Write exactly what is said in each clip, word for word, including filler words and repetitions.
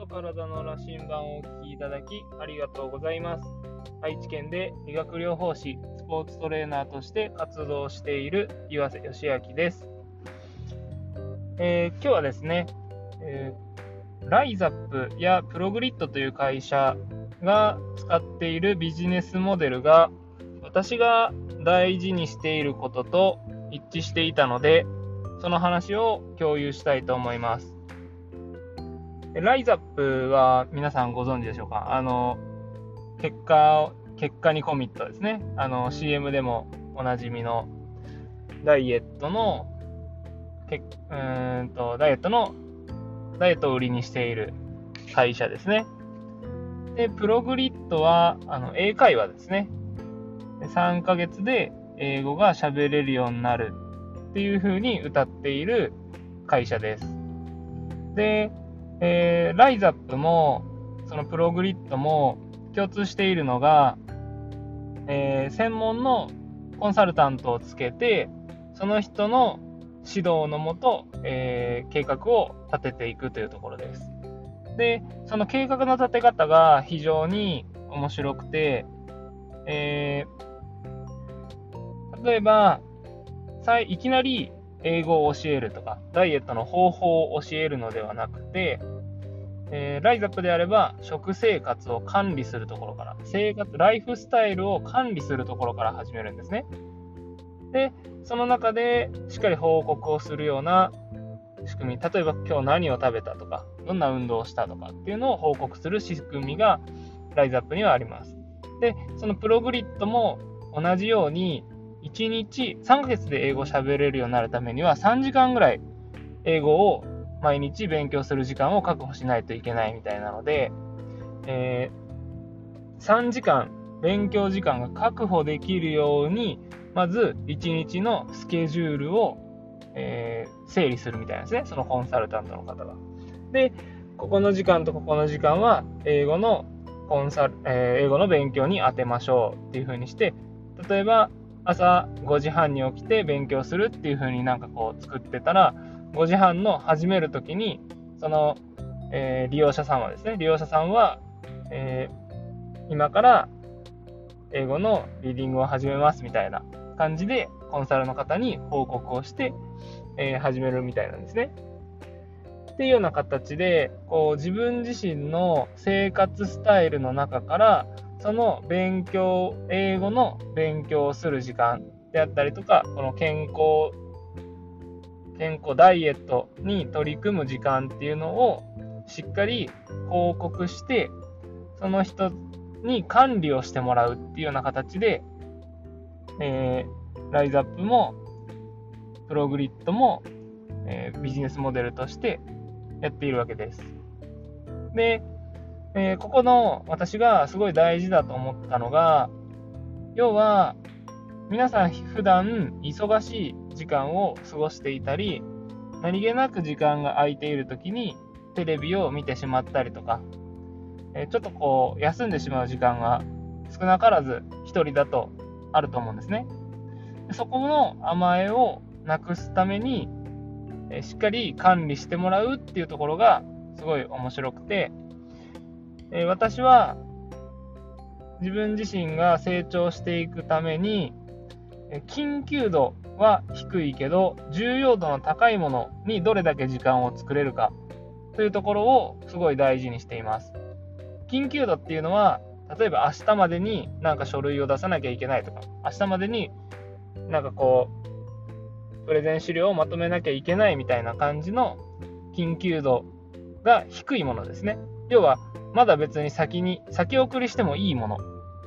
体の羅針盤をお聞きいただきありがとうございます。愛知県で理学療法士、スポーツトレーナーとして活動している岩瀬義明です。えー、今日はですね、えー、ライザップやプログリッドという会社が使っているビジネスモデルが私が大事にしていることと一致していたので、その話を共有したいと思います。ライザップは皆さんご存知でしょうか？あの結果結果にコミットですね。あの シーエム でもおなじみのダイエットのけうーんとダイエットのダイエットを売りにしている会社ですね。で、プログリッドはあの英会話ですね。さんかげつで英語が喋れるようになるっていう風に謳っている会社です。で、えー、ライザップもそのプログリッドも共通しているのが、えー、専門のコンサルタントをつけて、その人の指導のもと、えー、計画を立てていくというところです。で、その計画の立て方が非常に面白くて、えー、例えばいきなり英語を教えるとかダイエットの方法を教えるのではなくて、えー、ライザップであれば食生活を管理するところから、生活ライフスタイルを管理するところから始めるんですね。で、その中でしっかり報告をするような仕組み、例えば今日何を食べたとか、どんな運動をしたとかっていうのを報告する仕組みがライザップにはあります。で、そのプログリッドも同じようにいちにちさんかげつで英語を喋れるようになるためにはさんじかんぐらい英語を毎日勉強する時間を確保しないといけないみたいなので、えー、さんじかん勉強時間が確保できるようにまずいちにちのスケジュールを、えー、整理するみたいなんですね、そのコンサルタントの方が。で、ここの時間とここの時間は英語のコンサル、えー、英語の勉強に当てましょうっていう風にして、例えば朝ごじはんに起きて勉強するっていう風になんかこう作ってたら、ごじはんの始めるときにその、えー、利用者さんはですね利用者さんは、えー、今から英語のリーディングを始めますみたいな感じでコンサルの方に報告をして、えー、始めるみたいなんですね。っていうような形でこう自分自身の生活スタイルの中からその勉強英語の勉強をする時間であったりとか、この健康健康ダイエットに取り組む時間っていうのをしっかり報告して、その人に管理をしてもらうっていうような形で、えー、ライザップもプログリッドも、えー、ビジネスモデルとしてやっているわけです。で、えー、ここの私がすごい大事だと思ったのが、要は皆さん普段忙しい時間を過ごしていたり、何気なく時間が空いている時にテレビを見てしまったりとか、えー、ちょっとこう休んでしまう時間が少なからず一人だとあると思うんですね。そこの甘えをなくすために、えー、しっかり管理してもらうっていうところがすごい面白くて、えー、私は自分自身が成長していくために緊急度は低いけど重要度の高いものにどれだけ時間を作れるかというところをすごい大事にしています。緊急度っていうのは、例えば明日までになんか書類を出さなきゃいけないとか、明日までになんかこうプレゼン資料をまとめなきゃいけないみたいな感じの緊急度が低いものですね。要はまだ別に先に先送りしてもいいもの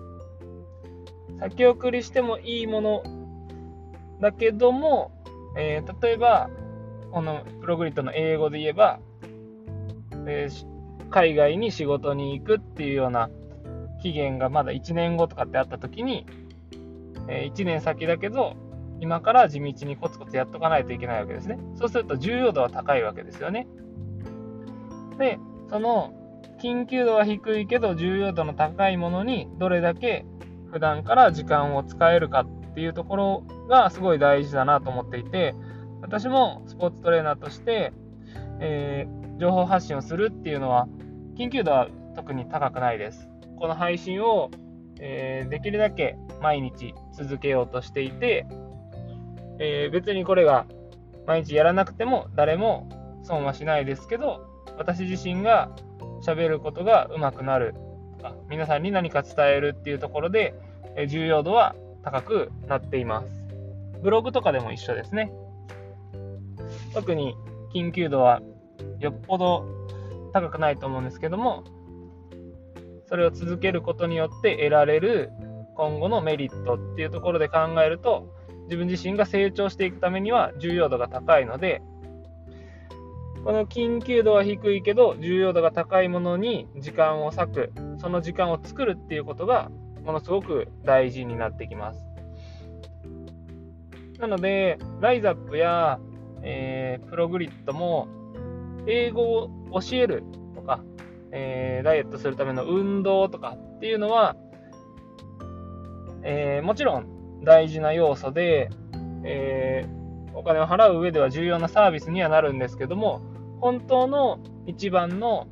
先送りしてもいいものだけども、えー、例えばこのプログリッドの英語で言えば、えー、海外に仕事に行くっていうような期限がまだいちねんごとかってあった時に、えー、いちねん先だけど今から地道にコツコツやっとかないといけないわけですね。そうすると重要度は高いわけですよね。で、その緊急度は低いけど重要度の高いものにどれだけ普段から時間を使えるかっていうところがすごい大事だなと思っていて、私もスポーツトレーナーとして、えー、情報発信をするっていうのは緊急度は特に高くないです。この配信を、えー、できるだけ毎日続けようとしていて、えー、別にこれが毎日やらなくても誰も損はしないですけど、私自身が喋ることが上手くなるとか、皆さんに何か伝えるっていうところで、えー、重要度は高くなっています。ブログとかでも一緒ですね。特に緊急度はよっぽど高くないと思うんですけども、それを続けることによって得られる今後のメリットっていうところで考えると、自分自身が成長していくためには重要度が高いので、この緊急度は低いけど重要度が高いものに時間を割く、その時間を作るっていうことがものすごく大事になってきます。なのでライザップや、えー、プログリッドも英語を教えるとか、えー、ダイエットするための運動とかっていうのは、えー、もちろん大事な要素で、えー、お金を払う上では重要なサービスにはなるんですけども、本当の一番の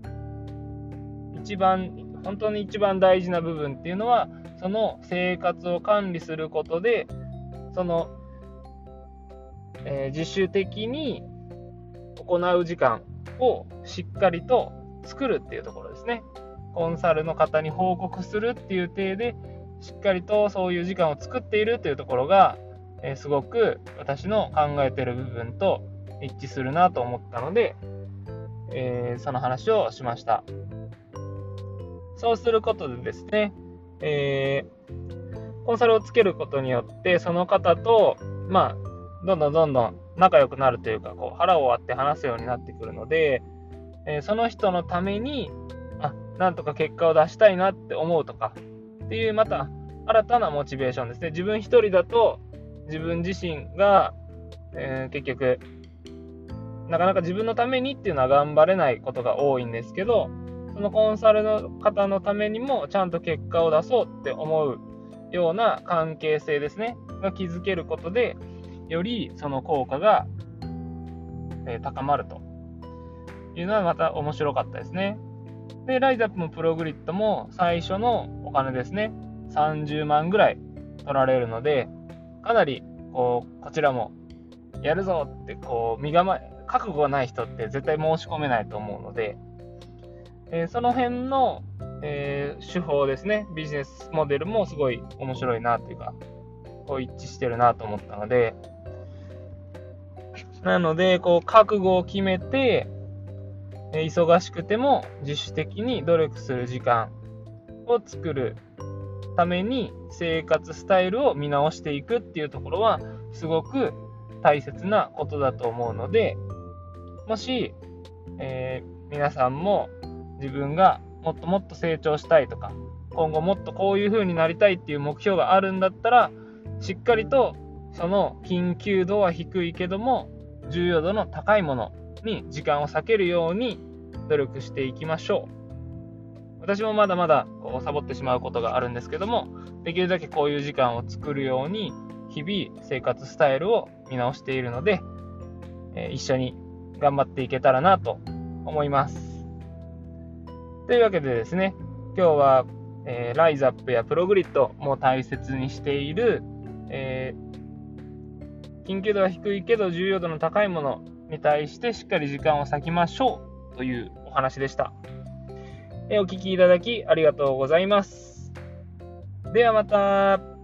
一番本当に一番大事な部分っていうのは、その生活を管理することで、その、えー、自主的に行う時間をしっかりと作るっていうところですね。コンサルの方に報告するっていう体でしっかりとそういう時間を作っているというところが、えー、すごく私の考えている部分と一致するなと思ったので、えー、その話をしました。そうすることでですね、えー、コンサルをつけることによってその方と、まあ、どんどんどんどん仲良くなるというか、こう腹を割って話すようになってくるので、えー、その人のためにあなんとか結果を出したいなって思うとかっていう、また新たなモチベーションですね。自分一人だと自分自身が、えー、結局なかなか自分のためにっていうのは頑張れないことが多いんですけど、そのコンサルの方のためにもちゃんと結果を出そうって思うような関係性ですねが築けることで、よりその効果が、えー、高まるというのはまた面白かったですね。で、ライザップもプログリッドも最初のお金ですね、さんじゅうまんぐらい取られるので、かなりこうこちらもやるぞってこう身構え覚悟がない人って絶対申し込めないと思うので、えー、その辺の、えー、手法ですね、ビジネスモデルもすごい面白いなというか、こう一致してるなと思ったので、なのでこう覚悟を決めて、えー、忙しくても自主的に努力する時間を作るために生活スタイルを見直していくっていうところはすごく大切なことだと思うので、もし、えー、皆さんも自分がもっともっと成長したいとか、今後もっとこういう風になりたいっていう目標があるんだったら、しっかりとその緊急度は低いけども重要度の高いものに時間を割けるように努力していきましょう。私もまだまだこうサボってしまうことがあるんですけども、できるだけこういう時間を作るように日々生活スタイルを見直しているので、えー、一緒に頑張っていけたらなと思います。というわけでですね、今日は、えー、ライズアップやプログリッドも大切にしている、えー、緊急度は低いけど重要度の高いものに対してしっかり時間を割きましょうというお話でした。えー、お聞きいただきありがとうございます。ではまた。